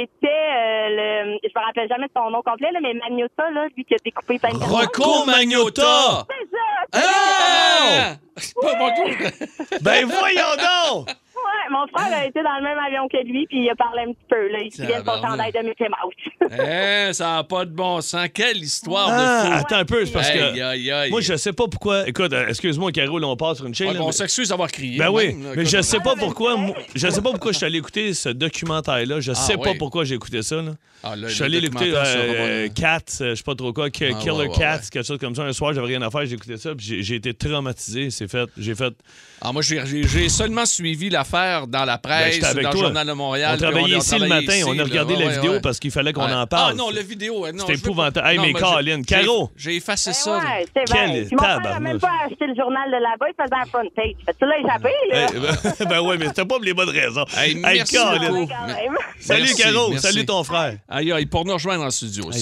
G: était je me rappelle jamais de son nom complet, là, mais Magnotta, là, lui qui a découpé plein de
A: Rocco Magnotta!
G: C'est ça!
A: Ah! C'est pas mon tour!
B: Ben voyons donc!
G: Ouais, mon frère a été dans le même avion que lui, puis il a parlé un petit peu, là. Il vient de son chandail de Mickey Mouse.
A: Ça n'a pas de bon sens. Quelle histoire de fou!
B: Attends un peu, c'est parce que...
A: Aïe.
B: Moi, je sais pas pourquoi... Écoute, excuse-moi, Caro, là, on passe sur une chaîne.
A: On s'excuse d'avoir crié.
B: Ben oui,
A: même,
B: mais je sais pas pourquoi... Je sais pas pourquoi je suis allé écouter ce documentaire-là. Je sais pas pourquoi j'ai écouté ça, là. Je suis allé l'écouter Cats, je sais pas trop quoi, Killer Cats, quelque chose comme ça. Un soir, j'avais rien à faire, j'ai écouté ça, puis j'ai été traumatisé. J'ai fait...
A: Moi, j'ai seulement suivi l'affaire dans la presse, dans le Journal de Montréal.
B: On travaillait ici le matin, on a regardé la vidéo parce qu'il fallait qu'on en parle.
A: Ah non, la vidéo, non.
B: C'était épouvantable. Hey, mais Colin, Caro!
A: J'ai effacé ça.
G: Ouais, c'est vrai. Mon frère n'a même pas acheté le journal de là-bas, il faisait la front page. Tu l'as échappé, là?
B: Ben oui, mais c'était pas pour les bonnes raisons.
A: Merci
B: Colin. Salut, Caro.
A: Merci.
B: Salut, ton frère.
A: Aïe, pour nous rejoindre en studio,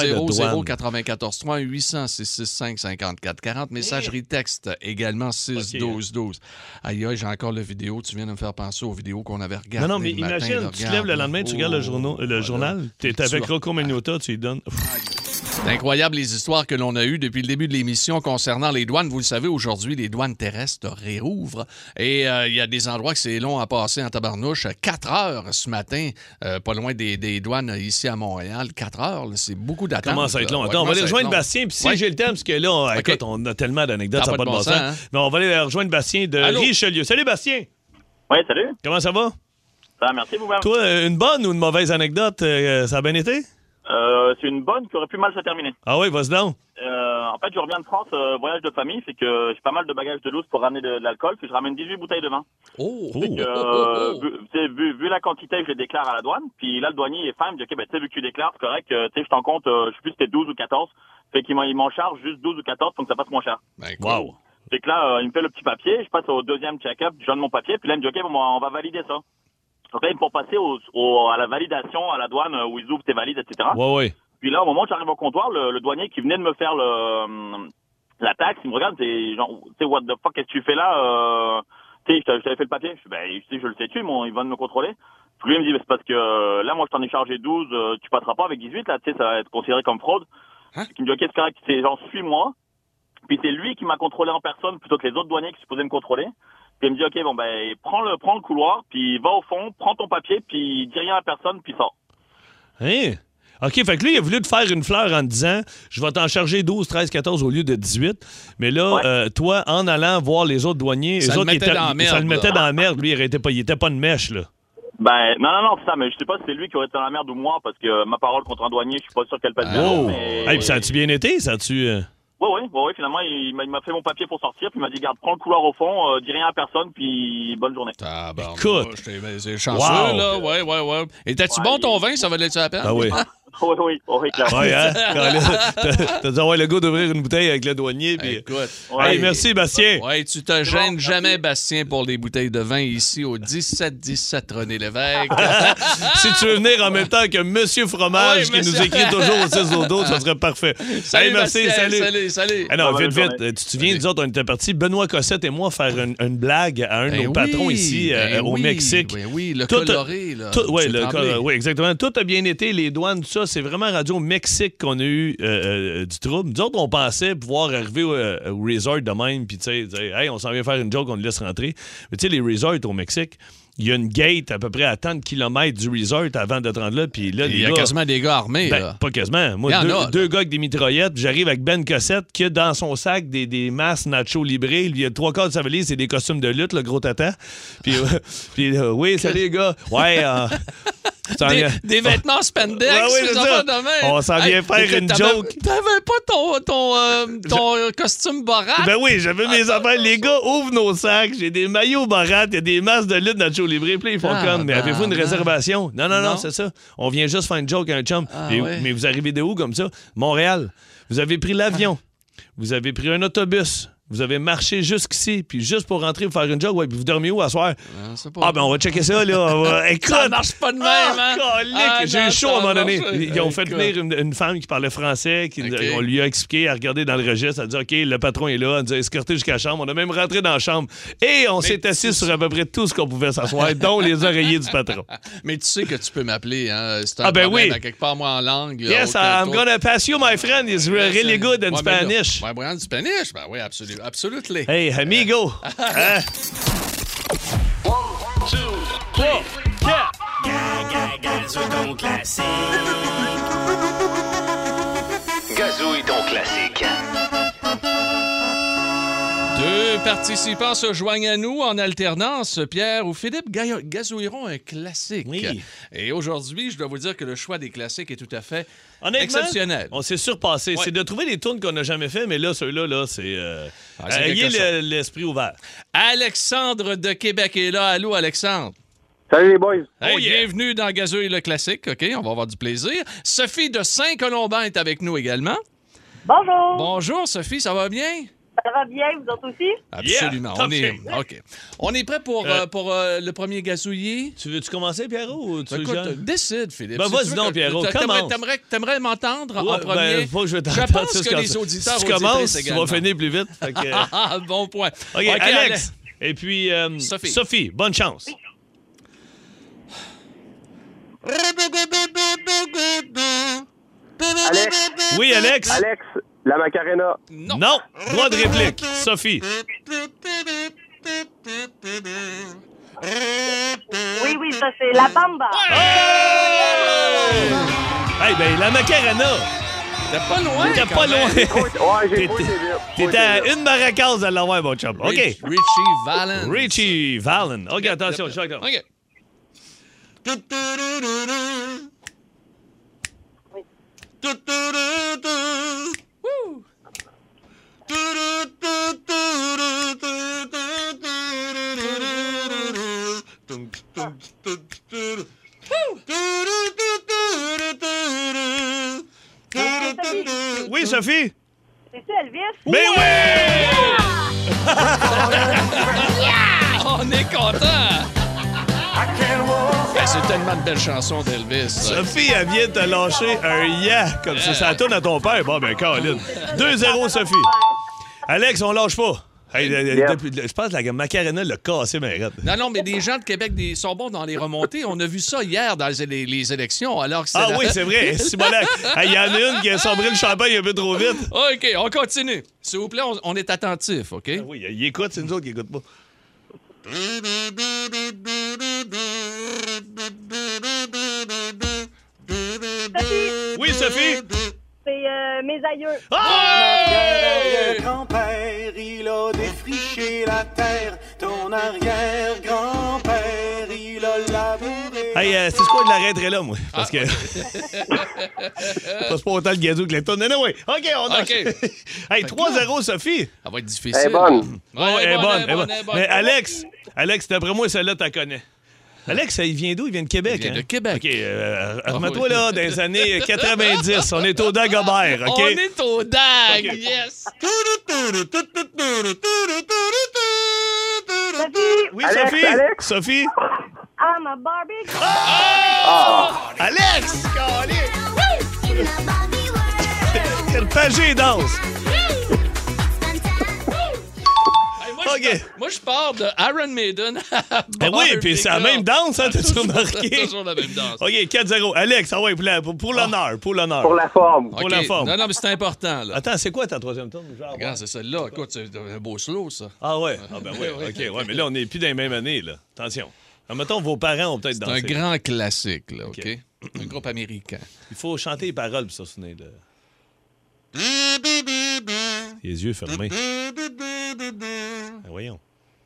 A: 790-094-3, 800-665-5440. Messagerie texte également, 612-12. Aïe, j'ai encore la vidéo. Tu viens de me faire penser aux vidéos qu'on avait regardées.
B: Non, mais imagine, tu te lèves le lendemain, tu regardes le journal, tu es avec Rocco Magnotta, tu lui donnes...
A: C'est incroyable les histoires que l'on a eues depuis le début de l'émission concernant les douanes. Vous le savez, aujourd'hui, les douanes terrestres réouvrent. Et il y a des endroits que c'est long à passer en tabarnouche. 4 heures ce matin, pas loin des douanes ici à Montréal. 4 heures, là, c'est beaucoup d'attente.
B: Comment ça va être long? Attends, on va aller rejoindre Bastien. Puis si j'ai le temps, parce que là, écoute, on a tellement d'anecdotes, ça n'a pas de bon sens. Hein? Mais on va aller rejoindre Bastien de Richelieu. Salut, Bastien.
I: Oui, salut.
B: Comment ça va?
I: Ça va, merci vous-même.
B: Toi, une bonne ou une mauvaise anecdote? Ça a bien été?
I: C'est une bonne qui aurait pu mal se terminer.
B: Ah oui, vas-y donc.
I: En fait, je reviens de France, voyage de famille, c'est que j'ai pas mal de bagages de loose pour ramener de l'alcool, puis je ramène 18 bouteilles de vin. Vu la quantité, je les déclare à la douane, puis là, le douanier est fin, il me dit, OK, ben, tu sais, vu que tu déclares, c'est correct, tu sais, je t'en compte, je sais plus si c'était 12 ou 14, fait qu'il m'en charge juste 12 ou 14 pour que ça passe moins cher.
B: Wow.
I: Fait que là, il me fait le petit papier, je passe au deuxième check-up, je donne mon papier, puis là, il me dit, OK, bon, on va valider ça. Donc là, pour passer à la validation à la douane, où ils ouvrent tes valides, etc.
B: Ouais.
I: Puis là, au moment où j'arrive au comptoir, le douanier qui venait de me faire la taxe, il me regarde, c'est genre, tu sais, what the fuck, qu'est-ce que tu fais là? Tu sais, je t'avais fait le papier. Je dis, ben, tu sais, je le sais-tu, il va me contrôler. Puis lui, il me dit, c'est parce que là, moi, je t'en ai chargé 12, tu passeras pas avec 18, là, tu sais, ça va être considéré comme fraude. Il me dit, OK, c'est correct, c'est genre, suis-moi. Puis c'est lui qui m'a contrôlé en personne plutôt que les autres douaniers qui supposaient me contrôler. Puis il me dit, OK, bon, ben, prends le couloir, puis va au fond, prends ton papier, puis dis rien à personne, puis sors.
B: Hein? OK, fait que lui, il a voulu te faire une fleur en te disant je vais t'en charger 12, 13, 14 au lieu de 18. Mais là, toi, en allant voir les autres douaniers,
A: ça le mettait dans la merde.
B: Ça le mettait dans la merde. Lui, il était pas une mèche, là.
I: Ben, non, c'est ça, mais je sais pas si c'est lui qui aurait été dans la merde ou moi, parce que ma parole contre un douanier, je suis pas sûr qu'elle passe bien. Mais...
B: Hey, puis ça a-tu bien été? Ça a-tu...
I: Oui, finalement, il m'a fait mon papier pour sortir, puis il m'a dit, garde, prends le couloir au fond, dis rien à personne, puis bonne journée.
B: Écoute!
A: C'est chanceux, là, ouais. Et t'as-tu bon ton vin? Ça valait-tu la peine?
B: Ah oui.
I: Oui, clairement.
B: Ouais, hein? T'as dû avoir le goût d'ouvrir une bouteille avec le douanier. Puis...
A: Écoute.
B: Hey, merci, Bastien.
A: Ouais, tu te gênes jamais, Bastien, pour les bouteilles de vin ici au 1717 René Lévesque.
B: Si tu veux venir en même temps que Monsieur Fromage, qui nous écrit toujours au 6 au dos, ça serait parfait.
A: Salut,
B: hey, merci,
A: Bastien, salut.
B: Ah non, vite. Tu te souviens, nous autres, on était partis, Benoît Cossette et moi, faire une blague à un de nos patrons ici, au Mexique.
A: Oui, le coloré, là.
B: Oui, exactement. Tout a bien été, les douanes, tout ça. C'est vraiment Radio Mexique qu'on a eu du trouble. Nous autres, on pensait pouvoir arriver au resort de même, puis tu sais, hey, on s'en vient faire une joke, on le laisse rentrer. Mais tu sais, les resorts au Mexique, il y a une gate à peu près à tant de kilomètres du resort avant de te rendre là. Puis là,
A: il y a quasiment des gars armés.
B: Ben, pas quasiment. Moi, deux gars avec des mitraillettes. J'arrive avec Ben Cossette qui a dans son sac des masques Nacho Libre. Il y a 3 quarts de sa valise, c'est des costumes de lutte, le gros tata. Puis, oui, salut les gars. Ouais,
A: des vêtements spandex.
B: Ouais, ça. On s'en vient faire une joke.
A: T'avais pas ton costume Borat?
B: Ben oui, j'avais mes affaires. Les gars ouvrent nos sacs. J'ai des maillots Borat, il y a des masques de lutte Nacho Libre. Puis ils font comme, mais avez-vous une réservation? Non, c'est ça. On vient juste faire une joke à un chum. Mais vous arrivez de où comme ça? Montréal. Vous avez pris l'avion. Vous avez pris un autobus. Vous avez marché jusqu'ici, puis juste pour rentrer, vous faire une joke, puis vous dormiez où à soir? Ben on va checker ça, là. Écoute!
A: Ça marche pas de même, hein?
B: J'ai eu chaud à un moment donné. Ils ont fait venir une femme qui parlait français, on lui a expliqué, elle a regardé dans le registre, elle a dit, OK, le patron est là, elle nous a escorté jusqu'à la chambre, on a même rentré dans la chambre, et on s'est assis sur à peu près tout ce qu'on pouvait s'asseoir, dont les oreillers du patron.
A: Mais tu sais que tu peux m'appeler, hein? C'est un problème à quelque part, moi, en langue.
B: Yes, I'm gonna pass you, my friend. He's really good in Spanish.
A: Ouais, Brian, Spanish? Ben oui, absolument. Absolutely.
B: Hey, amigo!
F: 1, 2, 3, 4.
C: Gazouille ton classique.
F: Gazouille ton classique.
A: 2 participants se joignent à nous en alternance. Pierre ou Philippe gazouilleront un classique.
B: Oui.
A: Et aujourd'hui, je dois vous dire que le choix des classiques est tout à fait exceptionnel.
B: On s'est surpassé. Ouais. C'est de trouver des tunes qu'on n'a jamais fait, mais là, ceux-là, là, c'est... ayez l'esprit ouvert.
A: Alexandre de Québec est là. Allô, Alexandre?
D: Salut les boys.
A: Hey, bienvenue dans Gazouille le classique. OK, on va avoir du plaisir. Sophie de Saint-Colombin est avec nous également.
G: Bonjour.
A: Bonjour, Sophie, ça va bien?
G: Ça va bien, vous autres aussi?
A: Absolument. On est prêt pour le premier gazouillis?
B: Tu veux-tu commencer, Pierrot? Ou
A: décide, Philippe.
B: Ben, vas-y donc, Pierrot.
A: T'aimerais m'entendre en premier?
B: Ben, faut que je
A: Je pense que les auditeurs
B: si tu commences, tu vas finir plus vite.
A: Bon point.
B: OK, Alex. Et puis, Sophie, bonne chance.
D: Alex.
B: Oui, Alex.
D: Alex, la Macarena.
B: Non. Droit de réplique. Sophie.
G: Oui, ça c'est la Bamba.
B: Hey, ben, la Macarena.
A: T'es pas loin.
D: Ouais, j'ai pas été vite.
B: T'étais à une maracase à l'avoir, mon chum. OK.
A: Richie Valens.
B: OK, attention, je suis OK. Oui, Sophie?
G: C'est-tu Elvis?
B: Mais oui!
A: On est content! C'est tellement de belles chansons d'Elvis.
B: Sophie, elle vient de te lâcher un comme ça. Ça tourne à ton père. Bon, ben, Caroline. 2-0, Sophie. Alex, on lâche pas. Hey, je pense que la Macarena l'a cassé, mais arrête.
A: Non, mais les gens de Québec sont bons dans les remontées. On a vu ça hier dans les élections. Alors que
B: oui, c'est vrai. Il y en a une qui a sombré le champagne un peu trop vite.
A: OK, on continue. S'il vous plaît, on est attentif, OK?
B: Ah oui, il écoute, c'est nous autres qui n'écoutent pas. Oui, Sophie?
G: C'est mes aïeux.
C: Ton arrière-grand-père, il a défriché la terre. Ton arrière-grand-père, il a labouré.
B: Hey, c'est quoi, je l'arrêterai là, moi? Parce que. Passe pas autant le gazou que les tonnes. Non, oui. OK, on a. Hey, 3-0, Sophie.
A: Ça va être difficile.
D: Elle est bonne.
B: Elle est bonne. Mais Alex, d'après moi, celle-là, t'as connais. Alex, il vient d'où? Il vient de Québec.
A: Il vient de Québec.
B: OK, remets-toi là, dans les années 90. On est au Dagobert, OK?
A: On est au Dag, okay. Yes!
B: Oui,
D: Alex,
B: Sophie?
D: Alex?
B: Sophie?
G: I'm a Barbie.
B: Alex! Quel pagé danse!
A: Moi, je pars de Iron Maiden à
B: oui, puis c'est la même danse, hein, t'as-tu remarqué?
A: C'est toujours la même danse.
B: OK, 4-0. Alex, pour l'honneur, pour l'honneur.
D: Pour la forme.
B: Pour la forme.
A: Non, mais c'est important, là.
B: Attends, c'est quoi ta troisième tourne?
A: Regarde, c'est celle-là. Écoute, c'est un beau slow, ça.
B: Ah ouais? Ah ben oui, OK. Ouais, mais là, on n'est plus dans les mêmes années, là. Attention. Alors, mettons, vos parents ont peut-être dansé.
A: C'est un grand classique, là, OK? Un groupe américain.
B: Il faut chanter les paroles pour ça sonner, là. Les yeux fermés. Ben, voyons.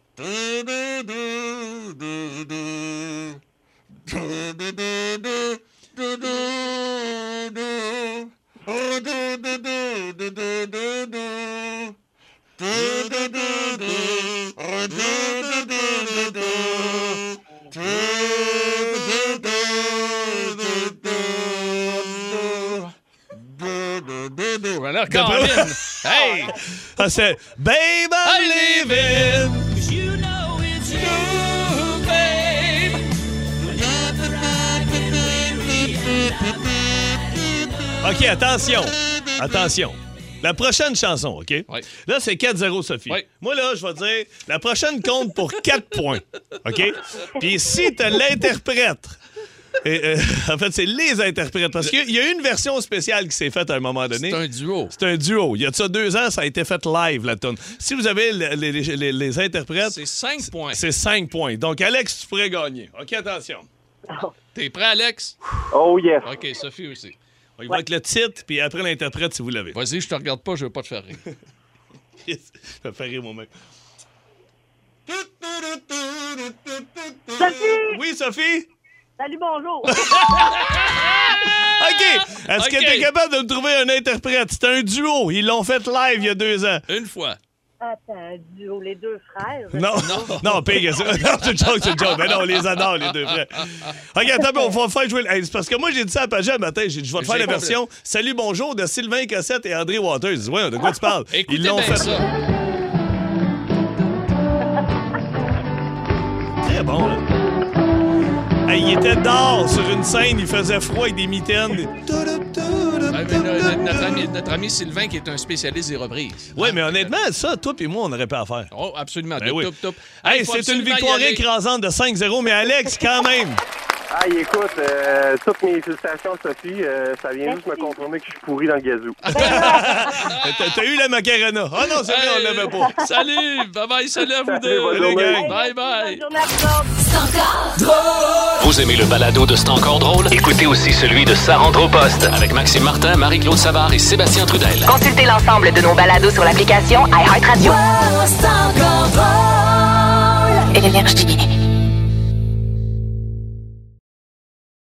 A: Voilà, Caroline! Hey!
B: Ah, c'est Babe, I'm leaving!
A: You know it's you, babe!
B: OK, attention. Attention. La prochaine chanson, OK?
A: Oui.
B: Là, c'est 4-0, Sophie.
A: Oui.
B: Moi, là, je vais dire, la prochaine compte pour 4 points, OK? Puis si tu l'interprètes, en fait, c'est les interprètes, parce qu'il y a une version spéciale qui s'est faite à un moment donné.
A: C'est un duo.
B: C'est un duo. Il y a de ça 2 ans, ça a été fait live, la tune. Si vous avez les interprètes...
A: C'est 5 points.
B: C'est 5 points. Donc, Alex, tu pourrais gagner. OK, attention.
A: T'es prêt, Alex?
D: Oh yes.
A: OK, Sophie aussi.
B: Il va être le titre, puis après l'interprète, si vous l'avez.
A: Vas-y, je te regarde pas, je veux pas te faire rire.
B: Je vais faire rire moi-même.
G: Sophie!
B: Oui, Sophie?
G: Salut, bonjour.
B: OK. Est-ce que tu es capable de me trouver un interprète? C'est un duo. Ils l'ont fait live il y a 2 ans.
A: Une fois.
G: Attends, duo, les deux frères.
B: Non, pire que ça. Non, c'est une joke. Mais non, on les adore, les deux frères. OK, attends, on va faire jouer. Hey, c'est parce que moi, j'ai dit ça à Pagé le matin. J'ai dit, je vais te faire la version Salut, bonjour de Sylvain Cossette et André Waters. Ils disent, ouais, de quoi tu parles?
A: Écoutez,
B: ils l'ont fait
A: ça.
B: Très bon, là. Hey, il était dehors sur une scène, il faisait froid avec des mitaines.
A: Notre ami Sylvain, qui est un spécialiste des reprises.
B: Oui, mais honnêtement, ça, toi et moi, on n'aurait pas à faire.
A: Oh, absolument.
B: Ben oui.
A: Top.
B: Hey, c'est une victoire écrasante de 5-0, mais Alex, quand même.
D: Ah, écoute, toutes mes félicitations, Sophie. Ça vient juste me confirmer que je suis pourri dans le gazou.
B: T'as eu la macarena. Ah non, c'est vrai, on l'avait pas.
A: Salut! Bye-bye, salut à vous deux. Bye-bye.
F: Vous aimez le balado de C'est encore drôle? Écoutez aussi celui de Ça rentre au poste avec Maxime Martin, Marie-Claude Savard et Sébastien Trudel.
E: Consultez l'ensemble de nos balados sur l'application iHeartRadio.
J: C'est encore drôle.
E: Énergie.